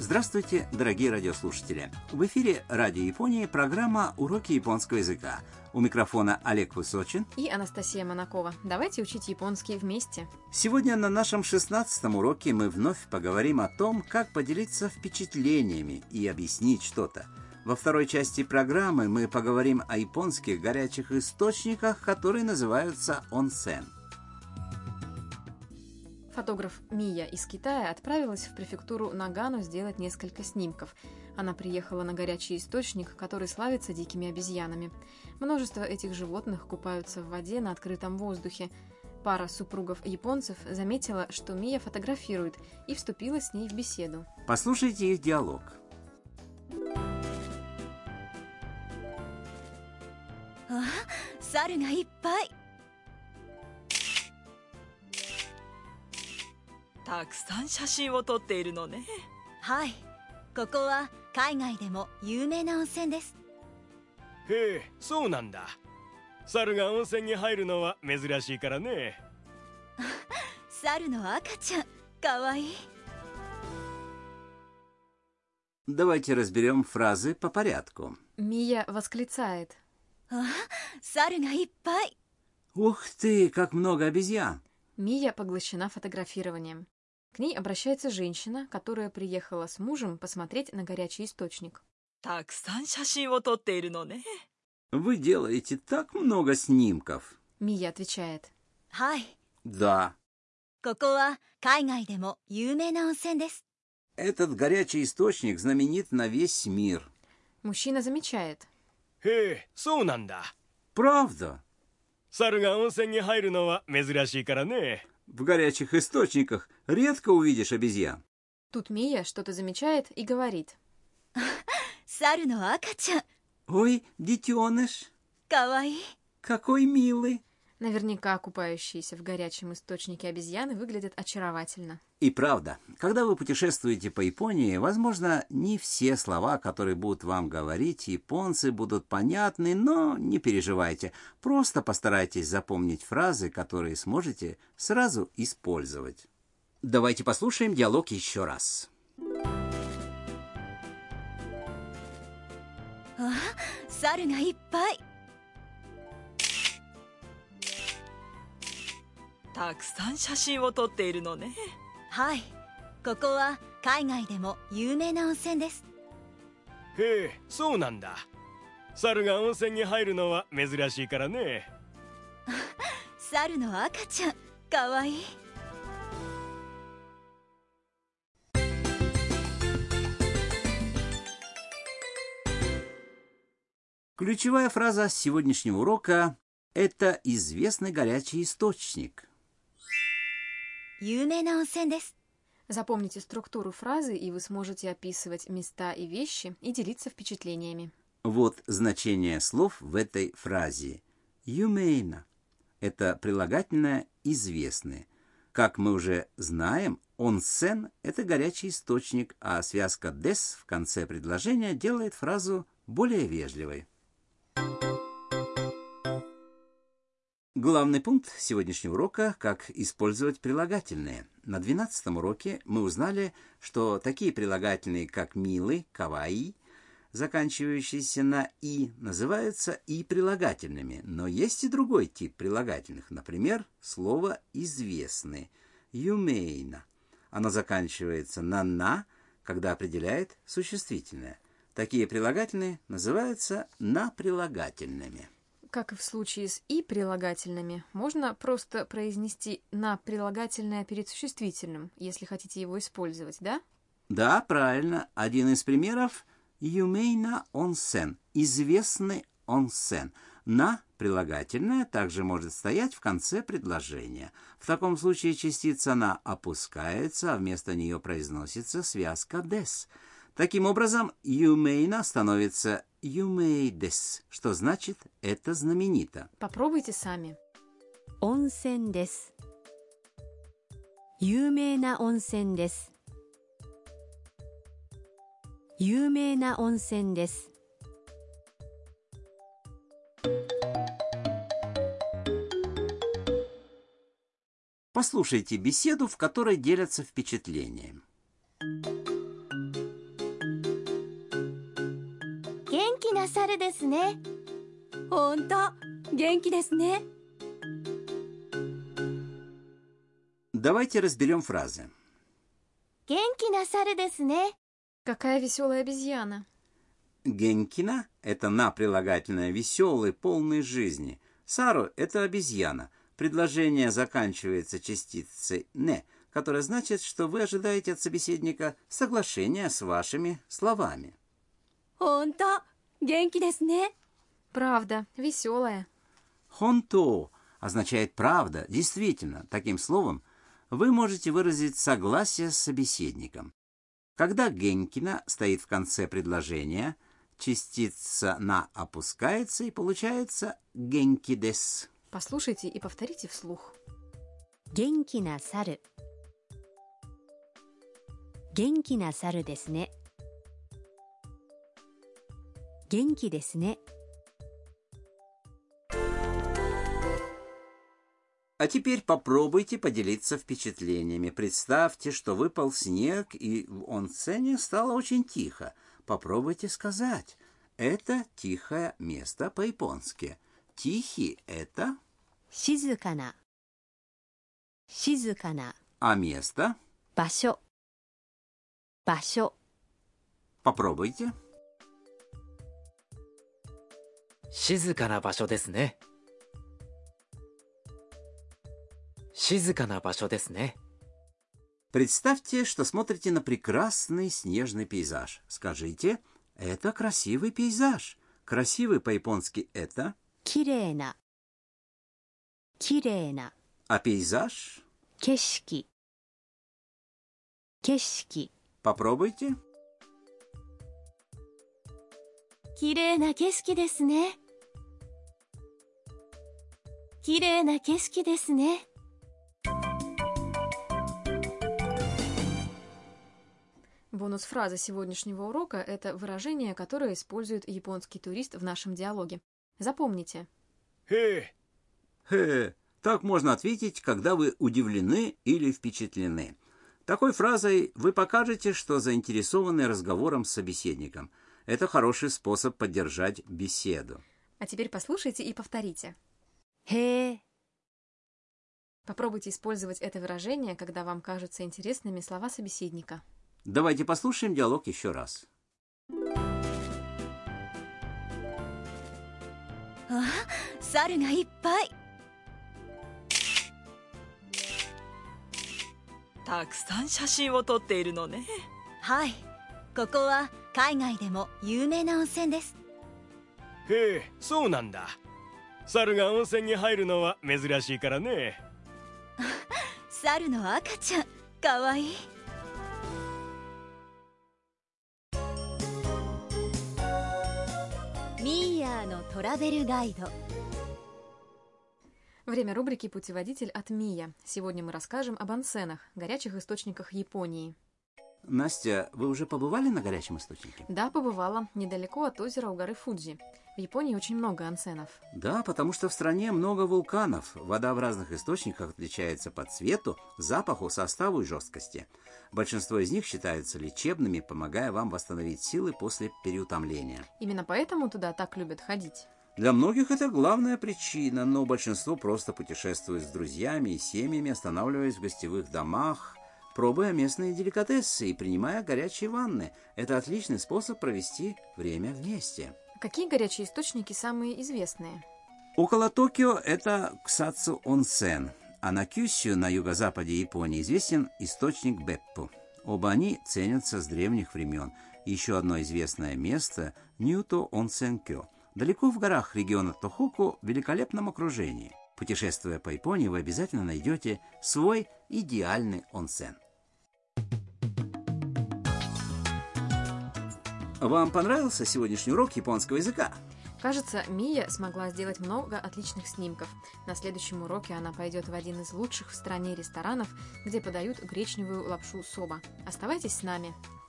Здравствуйте, дорогие радиослушатели! В эфире Радио Японии программа «Уроки японского языка». У микрофона Олег Высочин и Анастасия Монакова. Давайте учить японский вместе. Сегодня на нашем 16-м уроке мы вновь поговорим о том, как поделиться впечатлениями и объяснить что-то. Во второй части программы мы поговорим о японских горячих источниках, которые называются онсен. Фотограф Мия из Китая отправилась в префектуру Нагану сделать несколько снимков. Она приехала на горячий источник, который славится дикими обезьянами. Множество этих животных купаются в воде на открытом воздухе. Пара супругов-японцев заметила, что Мия фотографирует, и вступила с ней в беседу. Послушайте их диалог. 猿がいっぱい。 たくさん写真を撮っているのね。 はい、ここは海外でも有名な温泉です。 へえ、そうなんだ。猿が温泉に入るのは珍しいからね。 猿の赤ちゃん、かわいい。 Давайте разберем фразы по порядку. Мия восклицает. 猿がいっぱい。 Ух ты, как много обезьян! Мия поглощена фотографированием. К ней обращается женщина, которая приехала с мужем посмотреть на горячий источник. たくさん写真を撮っているのね。 Вы делаете так много снимков. Мия отвечает. はい、 Да, ここは海外でも有名な温泉です。 этот горячий источник знаменит на весь мир. Мужчина замечает. へえ、そうなんだ。 Правда? 猿が温泉に入るのは珍しいからね。 В горячих источниках редко увидишь обезьян. Тут Мия что-то замечает и говорит. 猿の赤ちゃん、 Ой, детеныш, かわいい。 какой милый. Наверняка купающиеся в горячем источнике обезьяны выглядят очаровательно. И правда, когда вы путешествуете по Японии, возможно, не все слова, которые будут вам говорить японцы, будут понятны, но не переживайте. Просто постарайтесь запомнить фразы, которые сможете сразу использовать. Давайте послушаем диалог еще раз. 猿がいっぱい。 たくさん写真を撮っているのね。 はい、ここは海外でも有名な温泉です。 へえ、そうなんだ。猿が温泉に入るのは珍しいからね。 猿の赤ちゃん、かわいい。 Ключевая фраза сегодняшнего урока – это известный горячий источник. 有名な温泉です。 Запомните структуру фразы, и вы сможете описывать места и вещи и делиться впечатлениями. Вот значение слов в этой фразе. Юмейна – это прилагательное «известный». Как мы уже знаем, онсен – это горячий источник, а связка «дес» в конце предложения делает фразу более вежливой. Главный пункт сегодняшнего урока – как использовать прилагательные. На 12-м уроке мы узнали, что такие прилагательные, как «милый», «каваи», заканчивающиеся на «и», называются и прилагательными. Но есть и другой тип прилагательных. Например, слово «известный» – «юмейна». Оно заканчивается на, когда определяет существительное. Такие прилагательные называются наприлагательными. Как и в случае с «и» прилагательными, можно просто произнести «на» прилагательное перед существительным, если хотите его использовать, да? Да, правильно. Один из примеров – «юмейна онсен» – «известный онсен». «На» прилагательное также может стоять в конце предложения. В таком случае частица «на» опускается, а вместо нее произносится связка «дес». Таким образом, «юмейна» становится «юмейдес», что значит «это знаменито». Попробуйте сами. 温泉です。有名な温泉です。有名な温泉です。 Послушайте беседу, в которой делятся впечатлениями. なさるですね。ほんと元気ですね。 Давайте разберем фразы. 元気な猿ですね。 Какая веселая обезьяна. Генкина – это на прилагательное веселый, полный жизни. Сару – это обезьяна. Предложение заканчивается частицей «не», которая значит, что вы ожидаете от собеседника соглашения с вашими словами. ほんと元気ですね。 Правда, веселая. «Хонто» означает «правда», действительно. Таким словом вы можете выразить согласие с собеседником. Когда генкина стоит в конце предложения, частица «на» опускается и получается «генки дес». Послушайте и повторите вслух. 元気な猿。元気な猿ですね。元気ですね。 А теперь попробуйте поделиться впечатлениями. Представьте, что выпал снег, и в онсене стало очень тихо. Попробуйте сказать. Это тихое место по-японски. Тихий – это… 静かな。静かな。 А место? 場所。場所。 Попробуйте. 静かな場所ですね。静かな場所ですね。 Представьте, что смотрите на прекрасный снежный пейзаж. Скажите, это красивый пейзаж. Красивый по-японски это… きれいな。きれいな。 А пейзаж? 景色。景色。 Попробуйте. きれいな景色ですね。きれいな景色ですね。 Бонус-фраза сегодняшнего урока – это выражение, которое использует японский турист в нашем диалоге. Запомните. Так можно ответить, когда вы удивлены или впечатлены. Такой фразой вы покажете, что заинтересованы разговором с собеседником. Это хороший способ поддержать беседу. А теперь послушайте и повторите. へえ。 Попробуйте использовать это выражение, когда вам кажутся интересными слова собеседника. Давайте послушаем диалог еще раз. あ、猿がいっぱい。 たくさん写真を撮っているのね。 はい。ここは海外でも有名な温泉です。 へえ、そうなんだ。猿が温泉に入るのは珍しいからね。 猿の赤ちゃん、かわいい。ミーヤーのトラベルガイド。 Время рубрики «Путеводитель от Мия». Сегодня мы расскажем об онсенах, горячих источниках Японии. Настя, вы уже побывали на горячем источнике? Да, побывала недалеко от озера у горы Фудзи. В Японии очень много онсенов. Да, потому что в стране много вулканов. Вода в разных источниках отличается по цвету, запаху, составу и жесткости. Большинство из них считаются лечебными, помогая вам восстановить силы после переутомления. Именно поэтому туда так любят ходить. Для многих это главная причина, но большинство просто путешествует с друзьями и семьями, останавливаясь в гостевых домах, пробуя местные деликатесы и принимая горячие ванны. Это отличный способ провести время вместе. Какие горячие источники самые известные? Около Токио это Ксацу Онсен, а на Кюсю, на юго-западе Японии, известен источник Беппу. Оба они ценятся с древних времен. Еще одно известное место – Ньюто Онсенкё. Далеко в горах региона Тохоку в великолепном окружении. Путешествуя по Японии, вы обязательно найдете свой идеальный онсен. Вам понравился сегодняшний урок японского языка? Кажется, Мия смогла сделать много отличных снимков. На следующем уроке она пойдет в один из лучших в стране ресторанов, где подают гречневую лапшу соба. Оставайтесь с нами.